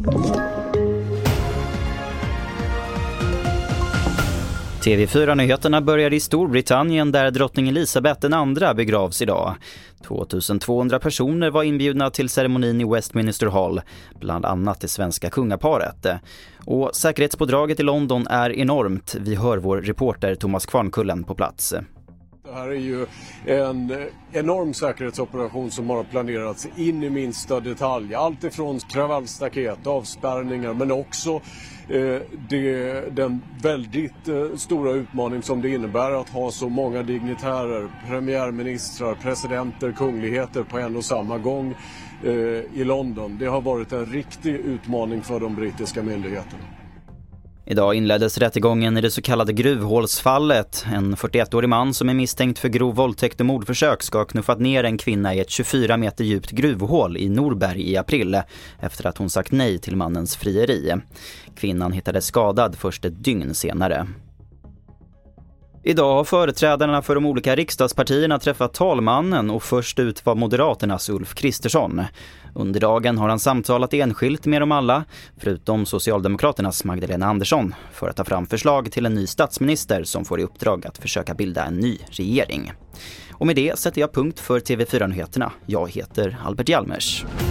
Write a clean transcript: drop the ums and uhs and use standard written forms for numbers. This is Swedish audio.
TV4-nyheterna börjar i Storbritannien där drottning Elizabeth II begravs idag. 2200 personer var inbjudna till ceremonin i Westminster Hall, bland annat det svenska kungaparet. Och säkerhetspådraget i London är enormt. Vi hör vår reporter Thomas Kvarnkullen på plats. Det här är ju en enorm säkerhetsoperation som har planerats in i minsta detalj. Allt ifrån kravallstaket, avspärrningar men också den väldigt stora utmaning som det innebär att ha så många dignitärer, premiärministrar, presidenter, kungligheter på en och samma gång i London. Det har varit en riktig utmaning för de brittiska myndigheterna. Idag inleddes rättegången i det så kallade gruvhålsfallet. En 41-årig man som är misstänkt för grov våldtäkt och mordförsök ska ha knuffat ner en kvinna i ett 24 meter djupt gruvhål i Norberg i april efter att hon sagt nej till mannens frieri. Kvinnan hittades skadad först ett dygn senare. Idag har företrädarna för de olika riksdagspartierna träffat talmannen och först ut var Moderaternas Ulf Kristersson. Under dagen har han samtalat enskilt med dem alla, förutom Socialdemokraternas Magdalena Andersson, för att ta fram förslag till en ny statsminister som får i uppdrag att försöka bilda en ny regering. Och med det sätter jag punkt för TV4-nyheterna. Jag heter Albert Hjalmers.